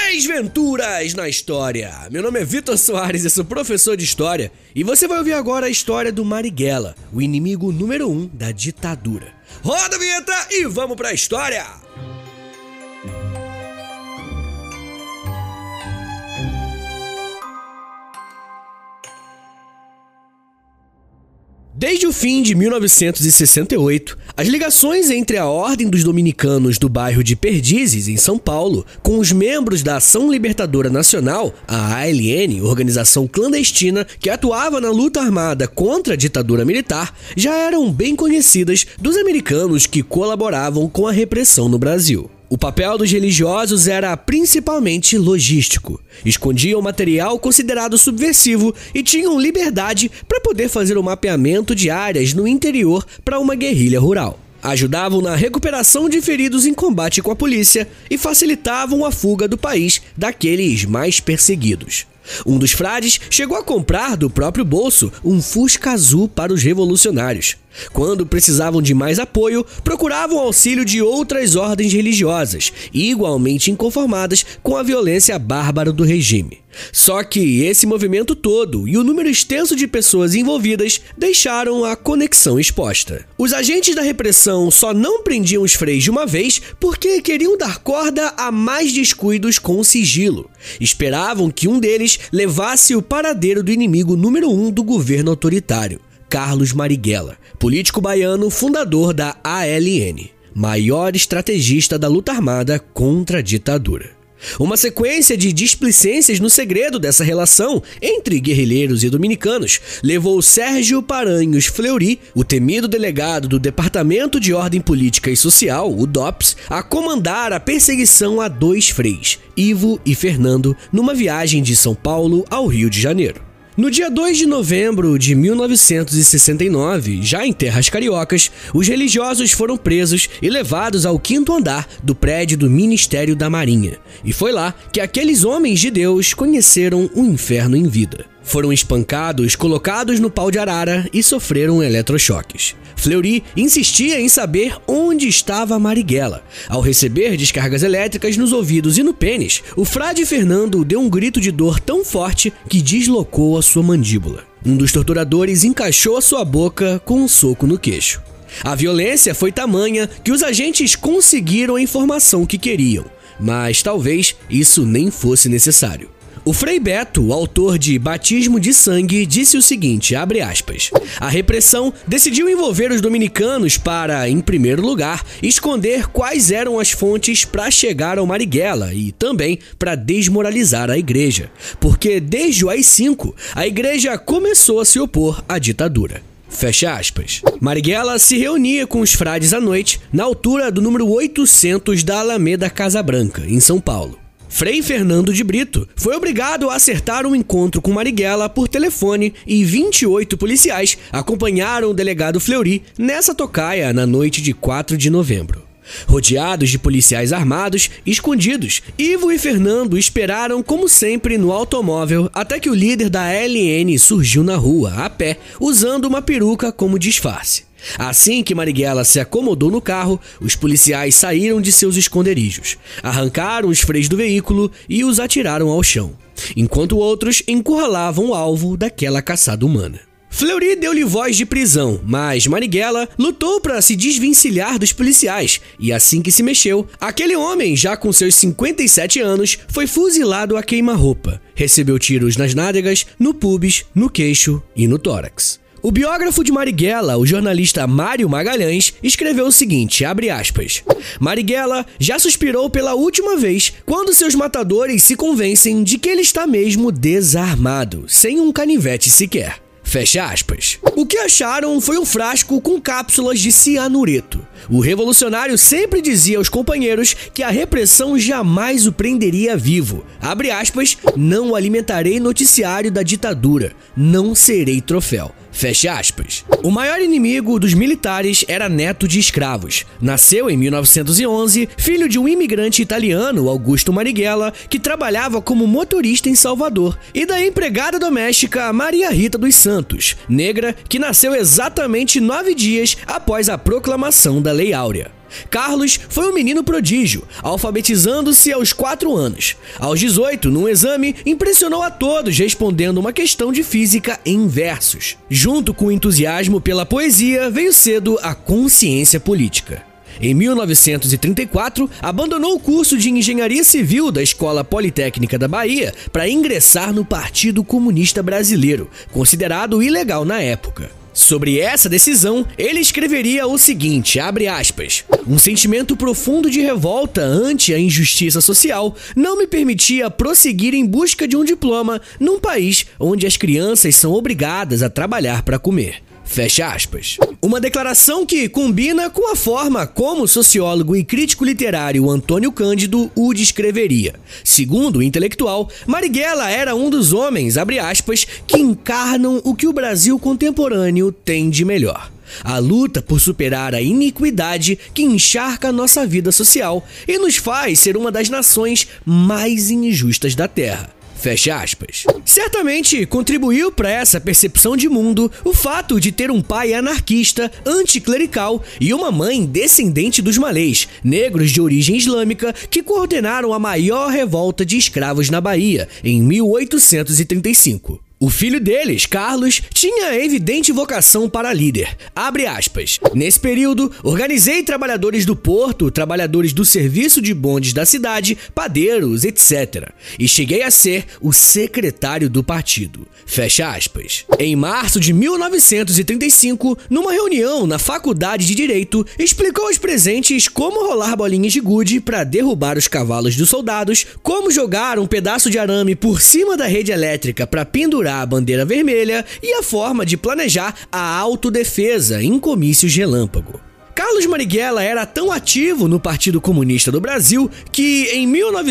Desventuras na História. Meu nome é Vitor Soares, eu sou professor de História e você vai ouvir agora a história do Marighella, o inimigo número 1 da ditadura. Roda a vinheta e vamos pra história! Desde o fim de 1968, as ligações entre a Ordem dos Dominicanos do bairro de Perdizes, em São Paulo, com os membros da Ação Libertadora Nacional, a ALN, organização clandestina que atuava na luta armada contra a ditadura militar, já eram bem conhecidas dos americanos que colaboravam com a repressão no Brasil. O papel dos religiosos era principalmente logístico. Escondiam material considerado subversivo e tinham liberdade para poder fazer o mapeamento de áreas no interior para uma guerrilha rural. Ajudavam na recuperação de feridos em combate com a polícia e facilitavam a fuga do país daqueles mais perseguidos. Um dos frades chegou a comprar do próprio bolso um Fusca azul para os revolucionários. Quando precisavam de mais apoio, procuravam o auxílio de outras ordens religiosas, igualmente inconformadas com a violência bárbara do regime. Só que esse movimento todo e o número extenso de pessoas envolvidas deixaram a conexão exposta. Os agentes da repressão só não prendiam os freis de uma vez porque queriam dar corda a mais descuidos com o sigilo. Esperavam que um deles levasse o paradeiro do inimigo número 1 do governo autoritário, Carlos Marighella, político baiano fundador da ALN, maior estrategista da luta armada contra a ditadura. Uma sequência de displicências no segredo dessa relação entre guerrilheiros e dominicanos levou Sérgio Paranhos Fleury, o temido delegado do Departamento de Ordem Política e Social, o DOPS, a comandar a perseguição a dois freis, Ivo e Fernando, numa viagem de São Paulo ao Rio de Janeiro. No dia 2 de novembro de 1969, já em terras cariocas, os religiosos foram presos e levados ao 5º andar do prédio do Ministério da Marinha. E foi lá que aqueles homens de Deus conheceram o inferno em vida. Foram espancados, colocados no pau de arara e sofreram eletrochoques. Fleury insistia em saber onde estava Marighella. Ao receber descargas elétricas nos ouvidos e no pênis, o frade Fernando deu um grito de dor tão forte que deslocou a sua mandíbula. Um dos torturadores encaixou a sua boca com um soco no queixo. A violência foi tamanha que os agentes conseguiram a informação que queriam, mas talvez isso nem fosse necessário. O Frei Beto, autor de Batismo de Sangue, disse o seguinte, abre aspas, a repressão decidiu envolver os dominicanos para, em primeiro lugar, esconder quais eram as fontes para chegar ao Marighella e também para desmoralizar a igreja, porque desde o AI-5, a igreja começou a se opor à ditadura. Fecha aspas. Marighella se reunia com os frades à noite, na altura do número 800 da Alameda Casa Branca, em São Paulo. Frei Fernando de Brito foi obrigado a acertar um encontro com Marighella por telefone e 28 policiais acompanharam o delegado Fleury nessa tocaia na noite de 4 de novembro. Rodeados de policiais armados, escondidos, Ivo e Fernando esperaram como sempre no automóvel até que o líder da ALN surgiu na rua, a pé, usando uma peruca como disfarce. Assim que Marighella se acomodou no carro, os policiais saíram de seus esconderijos, arrancaram os freios do veículo e os atiraram ao chão, enquanto outros encurralavam o alvo daquela caçada humana. Fleury deu-lhe voz de prisão, mas Marighella lutou para se desvencilhar dos policiais e assim que se mexeu, aquele homem, já com seus 57 anos, foi fuzilado a queima-roupa. Recebeu tiros nas nádegas, no pubis, no queixo e no tórax. O biógrafo de Marighella, o jornalista Mário Magalhães, escreveu o seguinte, abre aspas, Marighella já suspirou pela última vez quando seus matadores se convencem de que ele está mesmo desarmado, sem um canivete sequer. Fecha aspas. O que acharam foi um frasco com cápsulas de cianureto. O revolucionário sempre dizia aos companheiros que a repressão jamais o prenderia vivo. Abre aspas, não alimentarei noticiário da ditadura, não serei troféu. Fecha aspas. O maior inimigo dos militares era neto de escravos. Nasceu em 1911, filho de um imigrante italiano, Augusto Marighella, que trabalhava como motorista em Salvador, e da empregada doméstica Maria Rita dos Santos, negra que nasceu exatamente 9 dias após a proclamação da Lei Áurea. Carlos foi um menino prodígio, alfabetizando-se aos 4 anos. Aos 18, num exame, impressionou a todos respondendo uma questão de física em versos. Junto com o entusiasmo pela poesia, veio cedo a consciência política. Em 1934, abandonou o curso de Engenharia Civil da Escola Politécnica da Bahia para ingressar no Partido Comunista Brasileiro, considerado ilegal na época. Sobre essa decisão, ele escreveria o seguinte, abre aspas, um sentimento profundo de revolta ante a injustiça social não me permitia prosseguir em busca de um diploma num país onde as crianças são obrigadas a trabalhar para comer. Fecha aspas. Uma declaração que combina com a forma como o sociólogo e crítico literário Antônio Cândido o descreveria. Segundo o intelectual, Marighella era um dos homens, abre aspas, que encarnam o que o Brasil contemporâneo tem de melhor. A luta por superar a iniquidade que encharca a nossa vida social e nos faz ser uma das nações mais injustas da Terra. Fecha aspas. Certamente contribuiu para essa percepção de mundo o fato de ter um pai anarquista, anticlerical e uma mãe descendente dos malês, negros de origem islâmica, que coordenaram a maior revolta de escravos na Bahia, em 1835. O filho deles, Carlos, tinha evidente vocação para líder. Abre aspas. Nesse período, organizei trabalhadores do porto, trabalhadores do serviço de bondes da cidade, padeiros, etc. E cheguei a ser o secretário do partido. Fecha aspas. Em março de 1935, numa reunião na Faculdade de Direito, explicou aos presentes como rolar bolinhas de gude para derrubar os cavalos dos soldados, como jogar um pedaço de arame por cima da rede elétrica para pendurar a bandeira vermelha e a forma de planejar a autodefesa em comícios relâmpago. Carlos Marighella era tão ativo no Partido Comunista do Brasil que, em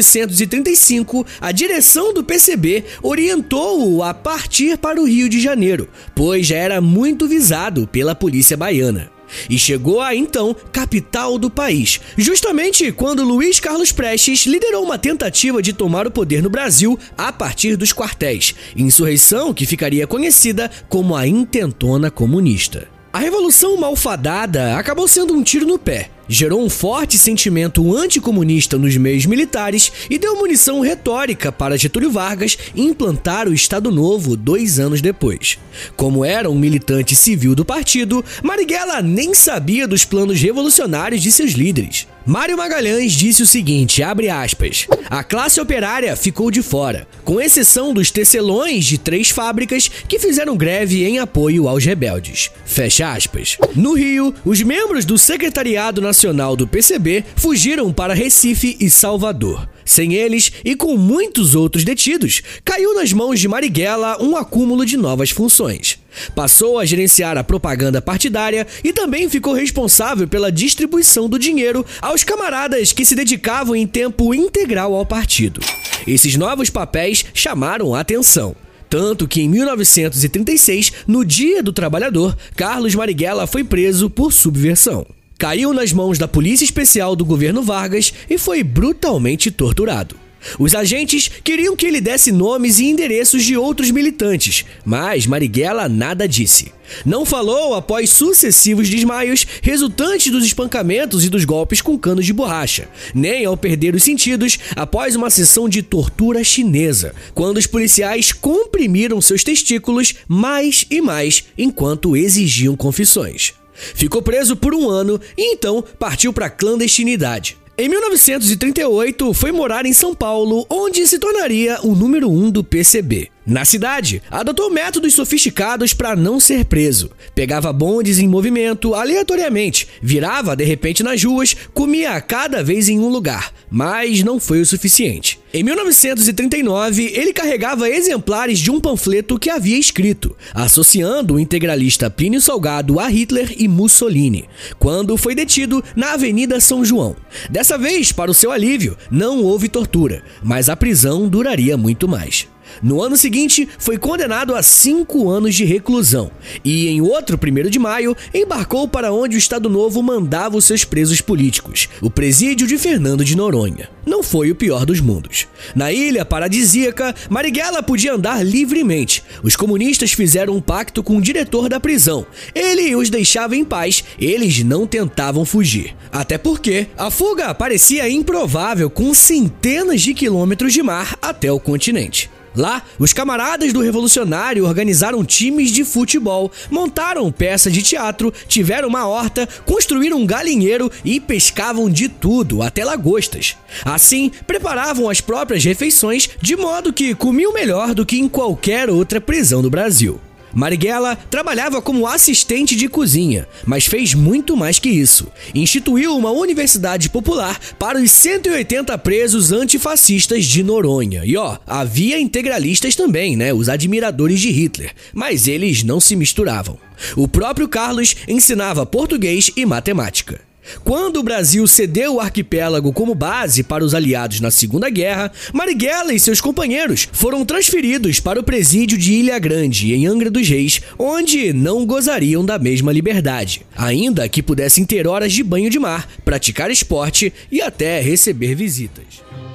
1935, a direção do PCB orientou-o a partir para o Rio de Janeiro, pois já era muito visado pela polícia baiana. E chegou a, então, capital do país, justamente quando Luiz Carlos Prestes liderou uma tentativa de tomar o poder no Brasil a partir dos quartéis, insurreição que ficaria conhecida como a Intentona Comunista. A Revolução Malfadada acabou sendo um tiro no pé, gerou um forte sentimento anticomunista nos meios militares e deu munição retórica para Getúlio Vargas implantar o Estado Novo 2 anos depois. Como era um militante civil do partido, Marighella nem sabia dos planos revolucionários de seus líderes. Mário Magalhães disse o seguinte, abre aspas, a classe operária ficou de fora, com exceção dos tecelões de 3 fábricas que fizeram greve em apoio aos rebeldes. Fecha aspas. No Rio, os membros do Secretariado Nacional do PCB fugiram para Recife e Salvador. Sem eles, e com muitos outros detidos, caiu nas mãos de Marighella um acúmulo de novas funções. Passou a gerenciar a propaganda partidária e também ficou responsável pela distribuição do dinheiro aos camaradas que se dedicavam em tempo integral ao partido. Esses novos papéis chamaram a atenção. Tanto que em 1936, no Dia do Trabalhador, Carlos Marighella foi preso por subversão. Caiu nas mãos da Polícia Especial do governo Vargas e foi brutalmente torturado. Os agentes queriam que ele desse nomes e endereços de outros militantes, mas Marighella nada disse. Não falou após sucessivos desmaios resultantes dos espancamentos e dos golpes com canos de borracha, nem ao perder os sentidos após uma sessão de tortura chinesa, quando os policiais comprimiram seus testículos mais e mais enquanto exigiam confissões. Ficou preso por 1 ano e então partiu para a clandestinidade. Em 1938, foi morar em São Paulo, onde se tornaria o número 1 do PCB. Na cidade, adotou métodos sofisticados para não ser preso. Pegava bondes em movimento aleatoriamente, virava de repente nas ruas, comia cada vez em um lugar, mas não foi o suficiente. Em 1939, ele carregava exemplares de um panfleto que havia escrito, associando o integralista Plínio Salgado a Hitler e Mussolini, quando foi detido na Avenida São João. Dessa vez, para o seu alívio, não houve tortura, mas a prisão duraria muito mais. No ano seguinte, foi condenado a 5 anos de reclusão e, em outro 1º de maio, embarcou para onde o Estado Novo mandava os seus presos políticos, o presídio de Fernando de Noronha. Não foi o pior dos mundos. Na ilha paradisíaca, Marighella podia andar livremente. Os comunistas fizeram um pacto com o diretor da prisão. Ele os deixava em paz, eles não tentavam fugir. Até porque a fuga parecia improvável, com centenas de quilômetros de mar até o continente. Lá, os camaradas do revolucionário organizaram times de futebol, montaram peça de teatro, tiveram uma horta, construíram um galinheiro e pescavam de tudo, até lagostas. Assim, preparavam as próprias refeições, de modo que comiam melhor do que em qualquer outra prisão do Brasil. Marighella trabalhava como assistente de cozinha, mas fez muito mais que isso. Instituiu uma universidade popular para os 180 presos antifascistas de Noronha. E havia integralistas também, os admiradores de Hitler, mas eles não se misturavam. O próprio Carlos ensinava português e matemática. Quando o Brasil cedeu o arquipélago como base para os aliados na Segunda Guerra, Marighella e seus companheiros foram transferidos para o presídio de Ilha Grande, em Angra dos Reis, onde não gozariam da mesma liberdade, ainda que pudessem ter horas de banho de mar, praticar esporte e até receber visitas.